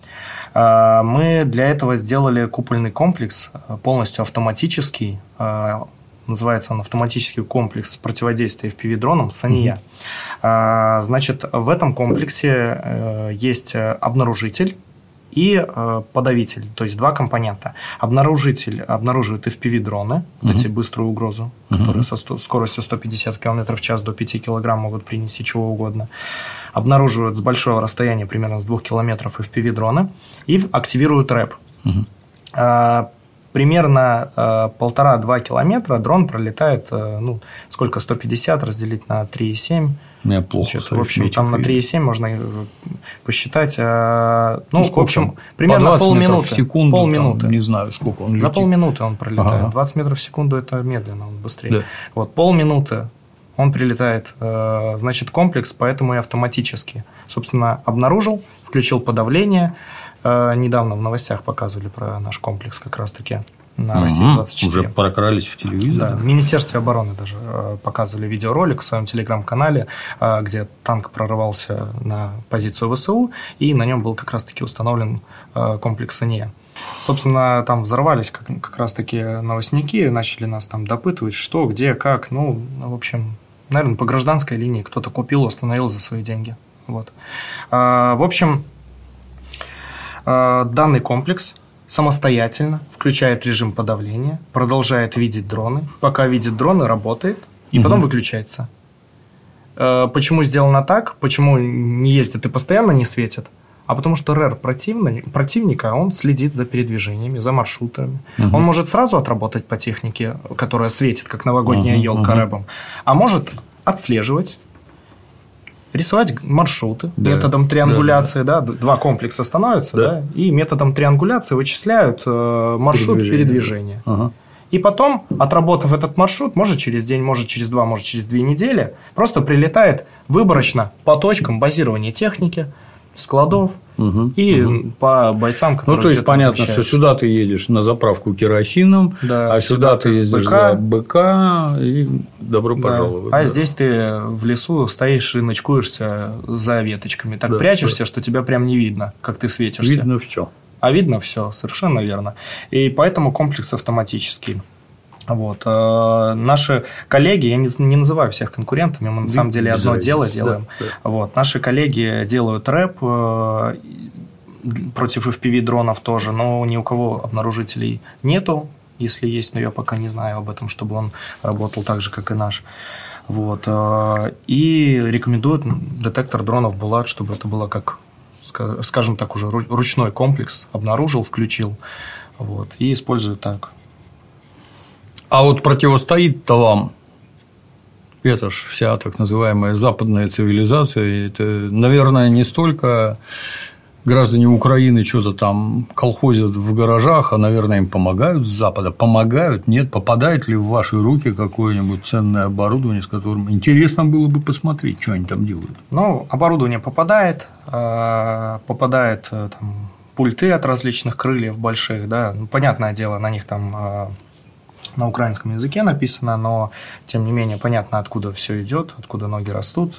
Мы для этого сделали купольный комплекс, полностью автоматический, называется он автоматический комплекс противодействия FPV-дронам «Сания». Значит, в этом комплексе есть обнаружитель и подавитель, то есть 2 компонента. Обнаружитель обнаруживает FPV-дроны, вот эти быструю угрозу, которые со скоростью 150 км в час до 5 кг могут принести чего угодно. Обнаруживают с большого расстояния, примерно с 2 км FPV-дроны, и активируют рэп. Примерно 1,5-2 километра дрон пролетает, 150 разделить на 3,7. Мне плохо. В общем, там на 3,7 можно посчитать. В общем, примерно полминуты. В секунду, полминуты. Там, не знаю, сколько он летит. За полминуты он пролетает. 20 метров в секунду – это медленно, он быстрее. Да. Вот, полминуты он прилетает. Значит, комплекс, поэтому и автоматически. Собственно, обнаружил, включил подавление. Недавно в новостях показывали про наш комплекс как раз-таки на России-24. Уже прокрались в телевизор. Да, в Министерстве обороны даже показывали видеоролик в своем телеграм-канале, где танк прорывался на позицию ВСУ, и на нем был как раз-таки установлен комплекс СНЕ. Собственно, там взорвались как раз-таки новостники, начали нас там допытывать, что, где, как. В общем, наверное, по гражданской линии кто-то купил, установил за свои деньги. Вот. В общем, данный комплекс самостоятельно включает режим подавления, продолжает видеть дроны, пока видит дроны, работает, и потом выключается. Почему сделано так? Почему не ездит и постоянно не светит? А потому что РЭР противника, он следит за передвижениями, за маршрутами. Он может сразу отработать по технике, которая светит, как новогодняя елка рэбом, а может отслеживать, рисовать маршруты методом триангуляции, да. 2 комплекса становятся, да, и методом триангуляции вычисляют маршрут передвижения. И потом, отработав этот маршрут, может через день, может через 2, может через 2 недели, просто прилетает выборочно по точкам базирования техники, складов и по бойцам, которые то есть понятно, что сюда ты едешь на заправку керосином, а сюда ты ездишь за БК, и добро пожаловать. А здесь ты в лесу стоишь и ночкуешься за веточками, так прячешься, что тебя прям не видно, как ты светишься. Видно все. А видно все, совершенно верно. И поэтому комплекс автоматический. Вот. Наши коллеги, я не называю всех конкурентами, мы на самом деле одно дело делаем. Вот. Наши коллеги делают рэп против FPV-дронов тоже, но ни у кого обнаружителей нету. Если есть, но я пока не знаю об этом, чтобы он работал так же, как и наш. Вот. И рекомендуют детектор дронов Булат, чтобы это было как, скажем так, уже ручной комплекс. Обнаружил, включил. Вот. И используют так. А вот противостоит-то вам это ж вся так называемая западная цивилизация. Это, наверное, не столько граждане Украины что-то там колхозят в гаражах, а, наверное, им помогают с Запада. Помогают? Нет? Попадает ли в ваши руки какое-нибудь ценное оборудование, с которым интересно было бы посмотреть, что они там делают? Ну, оборудование попадает там, пульты от различных крыльев больших, да, ну, понятное дело, на них там на украинском языке написано, но тем не менее понятно, откуда все идет, откуда ноги растут,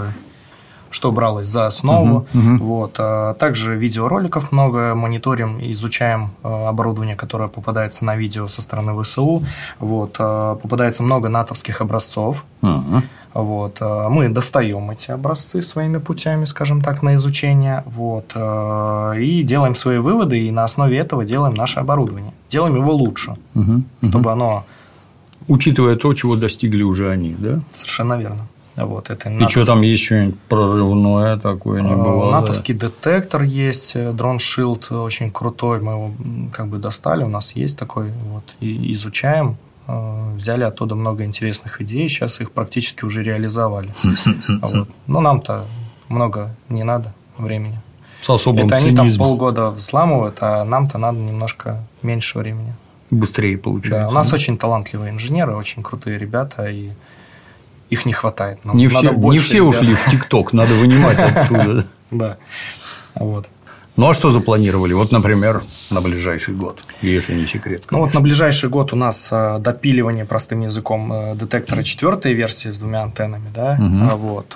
что бралось за основу. Вот. Также видеороликов много, мониторим, изучаем оборудование, которое попадается на видео со стороны ВСУ. Вот. Попадается много натовских образцов. Вот. Мы достаем эти образцы своими путями, скажем так, на изучение. Вот. И делаем свои выводы, и на основе этого делаем наше оборудование. Делаем его лучше, чтобы оно… Учитывая то, чего достигли уже они, да? Совершенно верно. Вот, это и что там есть что-нибудь прорывное такое небывалое? Натовский детектор есть, Drone Shield очень крутой, мы его как бы достали, у нас есть такой, вот, и изучаем, взяли оттуда много интересных идей, сейчас их практически уже реализовали. Но нам-то много не надо времени. С особым цинизмом. Это они там полгода взламывают, а нам-то надо немножко меньше времени. Быстрее получается. Да, у нас очень талантливые инженеры, очень крутые ребята, и их не хватает. Не все ушли в ТикТок, надо вынимать оттуда. Да. Вот. Ну, а что запланировали? Вот, например, на ближайший год, если не секрет. Ну, вот на ближайший год у нас допиливание, простым языком, детектора 4-й версии с 2 антеннами. Да? Вот.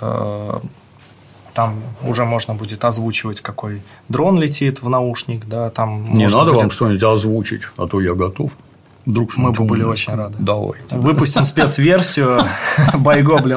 Там уже можно будет озвучивать, какой дрон летит в наушник. Да? Там не надо вам что-нибудь озвучить, а то я готов. Вдруг мы бы были очень рады. Давайте. Выпустим спецверсию Байгоблин.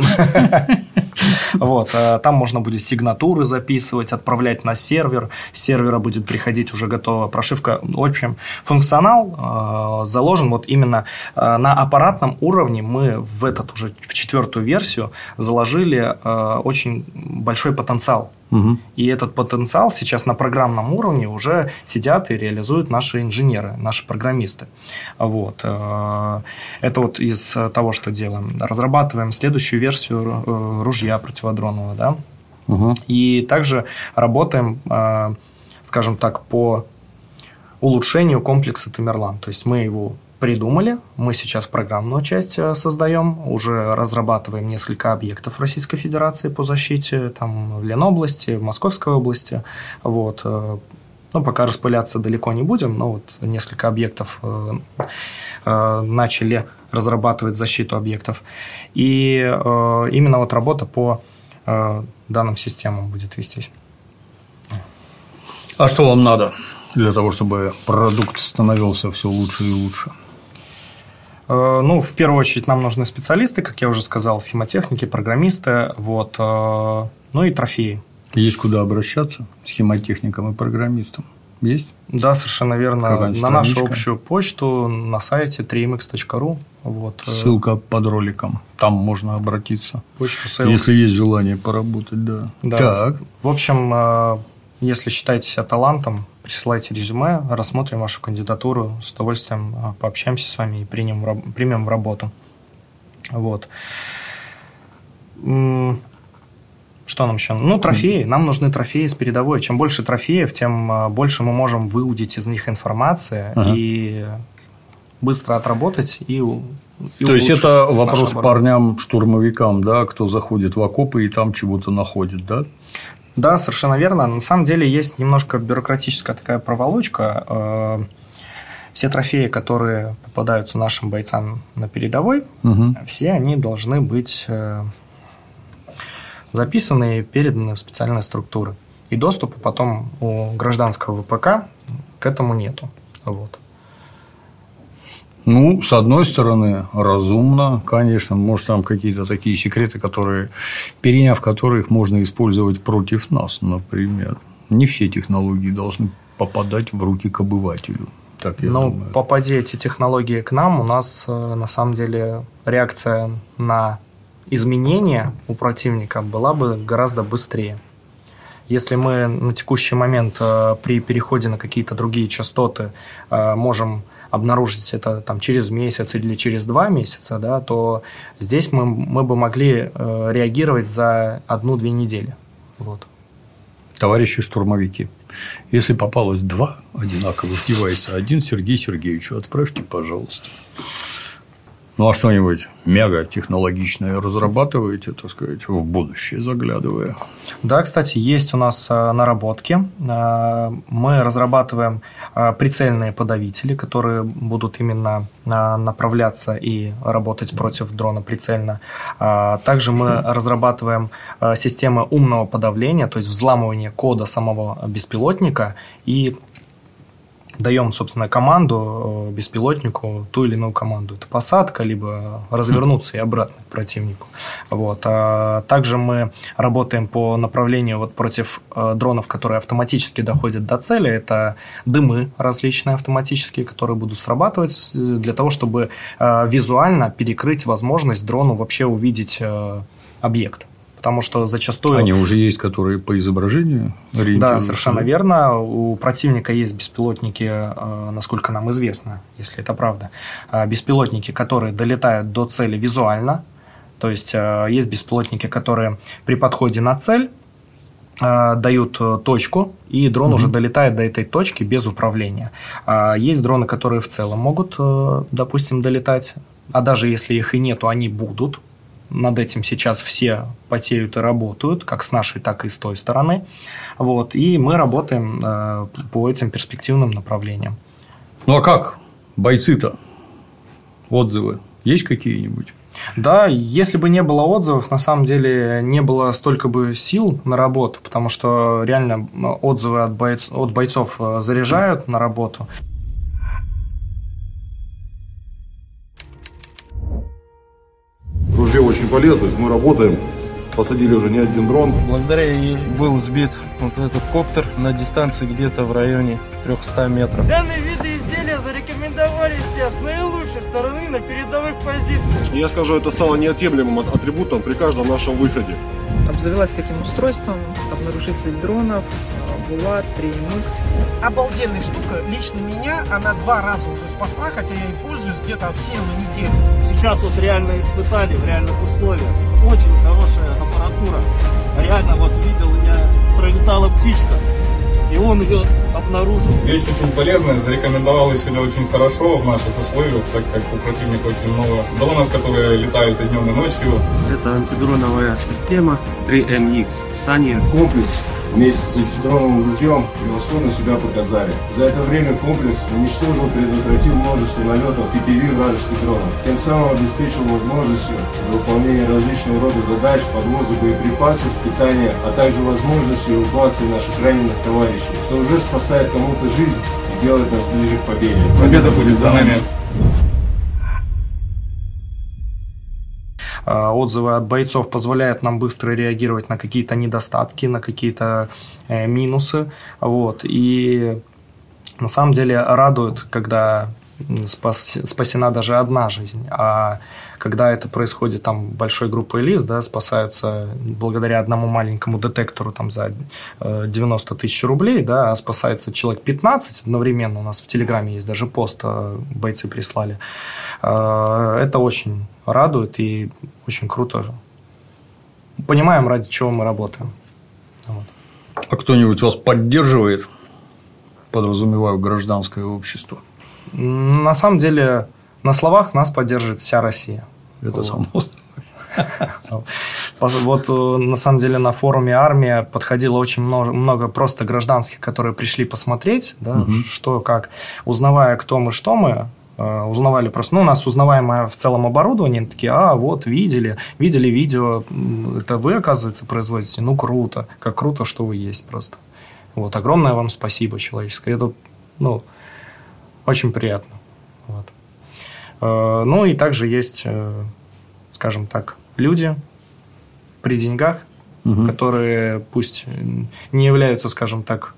Вот, там можно будет сигнатуры записывать, отправлять на сервер. С сервера будет приходить уже готовая прошивка. В общем, функционал заложен вот именно на аппаратном уровне. Мы в 4-ю версию заложили очень большой потенциал. И этот потенциал сейчас на программном уровне уже сидят и реализуют наши инженеры, наши программисты. Вот. Это вот из того, что делаем. Разрабатываем следующую версию ружья противодронного. Да? И также работаем, скажем так, по улучшению комплекса Тамерлан. То есть мы его придумали, мы сейчас программную часть создаем, уже разрабатываем несколько объектов Российской Федерации по защите, там в Ленобласти, в Московской области. Вот. Ну, пока распыляться далеко не будем, но вот несколько объектов начали разрабатывать защиту объектов. И именно вот работа по данным системам будет вестись. А что вам надо для того, чтобы продукт становился все лучше и лучше? Ну, в первую очередь, нам нужны специалисты, как я уже сказал, схемотехники, программисты, вот, ну и трофеи. Есть куда обращаться схемотехникам и программистам? Есть? Да, совершенно верно. На нашу общую почту на сайте 3mx.ru. Вот. Ссылка под роликом. Там можно обратиться. Почту ссылку. Если есть желание поработать, да. Так. В общем, если считаете себя талантом, присылайте резюме, рассмотрим вашу кандидатуру, с удовольствием пообщаемся с вами и примем в работу. Вот. Что нам еще? Ну, трофеи. Нам нужны трофеи с передовой. Чем больше трофеев, тем больше мы можем выудить из них информации и быстро отработать и то есть это вопрос парням-штурмовикам, да, кто заходит в окопы и там чего-то находит, да? Да, совершенно верно. На самом деле есть немножко бюрократическая такая проволочка. Все трофеи, которые попадаются нашим бойцам на передовой, все они должны быть записаны и переданы в специальные структуры. И доступа потом у гражданского ВПК к этому нету. Вот. Ну, с одной стороны, разумно, конечно, может, там какие-то такие секреты, переняв которых можно использовать против нас, например. Не все технологии должны попадать в руки к обывателю. Так я думаю. Попадя эти технологии к нам, у нас на самом деле реакция на изменения у противника была бы гораздо быстрее. Если мы на текущий момент при переходе на какие-то другие частоты можем обнаружить это там, через месяц или через 2 месяца, да, то здесь мы бы могли реагировать за 1-2 недели. Вот. Товарищи штурмовики, Если попалось 2 одинаковых девайса, один Сергею Сергеевичу отправьте, пожалуйста. Ну, а что-нибудь мега-технологичное разрабатываете, так сказать, в будущее заглядывая? Да, кстати, есть у нас наработки. Мы разрабатываем прицельные подавители, которые будут именно направляться и работать против дрона прицельно. Также мы разрабатываем системы умного подавления, то есть взламывание кода самого беспилотника, и даем, собственно, команду беспилотнику, ту или иную команду. Это посадка, либо развернуться и обратно к противнику. Вот. Также мы работаем по направлению вот против дронов, которые автоматически доходят до цели. Это дымы различные автоматические, которые будут срабатывать для того, чтобы визуально перекрыть возможность дрону вообще увидеть объект. Потому что зачастую... Они уже есть, которые по изображению ориентируются? Да, совершенно верно. У противника есть беспилотники, насколько нам известно, если это правда, беспилотники, которые долетают до цели визуально. То есть, есть беспилотники, которые при подходе на цель дают точку, и дрон уже долетает до этой точки без управления. Есть дроны, которые в целом могут, допустим, долетать, а даже если их и нету, они будут. Над этим сейчас все потеют и работают, как с нашей, так и с той стороны. Вот. И мы работаем по этим перспективным направлениям. Ну, а как бойцы-то? Отзывы есть какие-нибудь? Да, если бы не было отзывов, на самом деле не было столько бы сил на работу, потому что реально отзывы от бойцов заряжают на работу. Ружье очень полезно, то есть мы работаем, посадили уже не один дрон. Благодаря ей был сбит вот этот коптер на дистанции где-то в районе 300 метров. Данные виды изделия зарекомендовали себя с наилучшей стороны на передовых позициях. Я скажу, это стало неотъемлемым атрибутом при каждом нашем выходе. Обзавелась таким устройством, обнаружитель дронов, Булат 3MX. Обалденная штука. Лично меня она 2 раза уже спасла, хотя я им пользуюсь где-то от силы неделю. Сейчас вот реально испытали в реальных условиях. Очень хорошая аппаратура. Реально вот видел, я пролетала птичка, и он ее обнаружил. Вещь очень полезная, зарекомендовала себя очень хорошо в наших условиях, так как у противника очень много дронов, которые летают и днем, и ночью. Это антидроновая система 3MX Sunny. Комплекс вместе с антидроновым ружьем превосходно себя показали. За это время комплекс уничтожил, предотвратил множество налетов PPV вражеских дронов, тем самым обеспечил возможностью выполнения различного рода задач, подвоза боеприпасов, питания, а также возможностью эвакуации наших раненых товарищей, что уже спасает кому-то жизнь и делает нас ближе к победе. Победа будет за нами. Отзывы от бойцов позволяют нам быстро реагировать на какие-то недостатки, на какие-то минусы. Вот. И на самом деле радует, когда спасена даже одна жизнь. А когда это происходит там большой группой лиц, да, спасаются благодаря одному маленькому детектору там, за 90 тысяч рублей, да, а спасается человек 15 одновременно. У нас в Телеграме есть даже пост, бойцы прислали. Это очень радует и очень круто. Понимаем, ради чего мы работаем. Вот. А кто-нибудь вас поддерживает? Подразумеваю, гражданское общество. На самом деле, на словах нас поддерживает вся Россия. Это само. Вот на самом деле на форуме «Армия» подходило очень много просто гражданских, которые пришли посмотреть, да, что, как, узнавая, кто мы, что мы. Узнавали просто, у нас узнаваемое в целом оборудование, они такие, вот, видели видео, это вы, оказывается, производите, круто, как круто, что вы есть просто. Вот, огромное вам спасибо человеческое, это, очень приятно. Вот. И также есть, скажем так, люди при деньгах, которые пусть не являются, скажем так,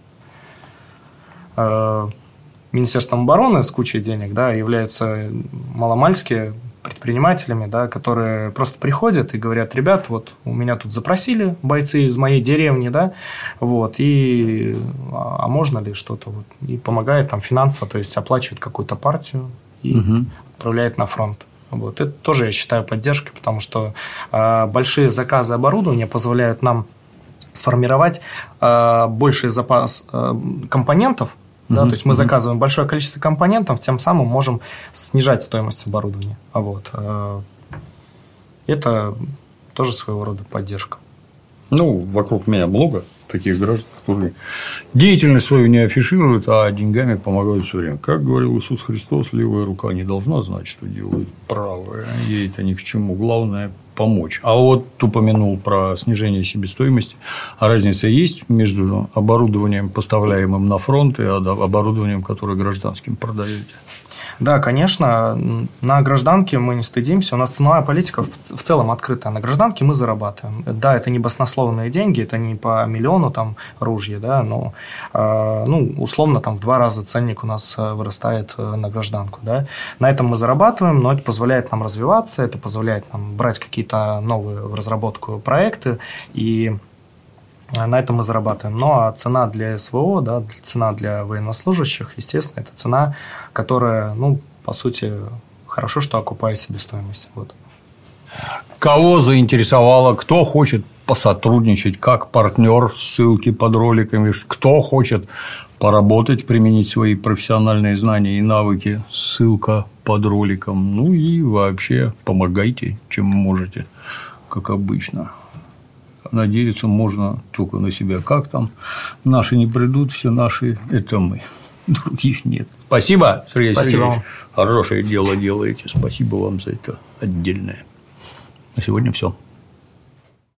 Министерством обороны с кучей денег, да, являются маломальски предпринимателями, да, которые просто приходят и говорят: ребят, вот у меня тут запросили бойцы из моей деревни, да, вот, и можно ли что-то, вот, и помогает там финансово, то есть оплачивает какую-то партию и отправляет на фронт. Вот. Это тоже, я считаю, поддержкой, потому что большие заказы оборудования позволяют нам сформировать больший запас компонентов. Да, то есть мы заказываем большое количество компонентов, тем самым можем снижать стоимость оборудования. Это тоже своего рода поддержка. Вокруг меня много таких граждан, которые деятельность свою не афишируют, а деньгами помогают все время. Как говорил Иисус Христос, левая рука не должна знать, что делает правая. Ей это ни к чему. Главное – помочь. А вот упомянул про снижение себестоимости. А разница есть между оборудованием, поставляемым на фронт, и оборудованием, которое гражданским продаете? Да, конечно, на гражданке мы не стыдимся, у нас ценовая политика в целом открытая, на гражданке мы зарабатываем. Да, это не баснословные деньги, это не по миллиону там ружья, да, но условно там в 2 раза ценник у нас вырастает на гражданку, да. На этом мы зарабатываем, но это позволяет нам развиваться, это позволяет нам брать какие-то новые в разработку проекты, и на этом мы зарабатываем. Ну, а цена для СВО, да, цена для военнослужащих, естественно, это цена, которая, по сути, хорошо, что окупает себестоимость. Вот. Кого заинтересовало, кто хочет посотрудничать как партнер, ссылки под роликами, кто хочет поработать, применить свои профессиональные знания и навыки, ссылка под роликом. И вообще помогайте, чем можете, как обычно. Надеяться можно только на себя. Как там? Наши не придут, все наши – это мы. Других нет. Спасибо, Сергей Сергеевич. Хорошее дело делаете. Спасибо вам за это отдельное. На сегодня все.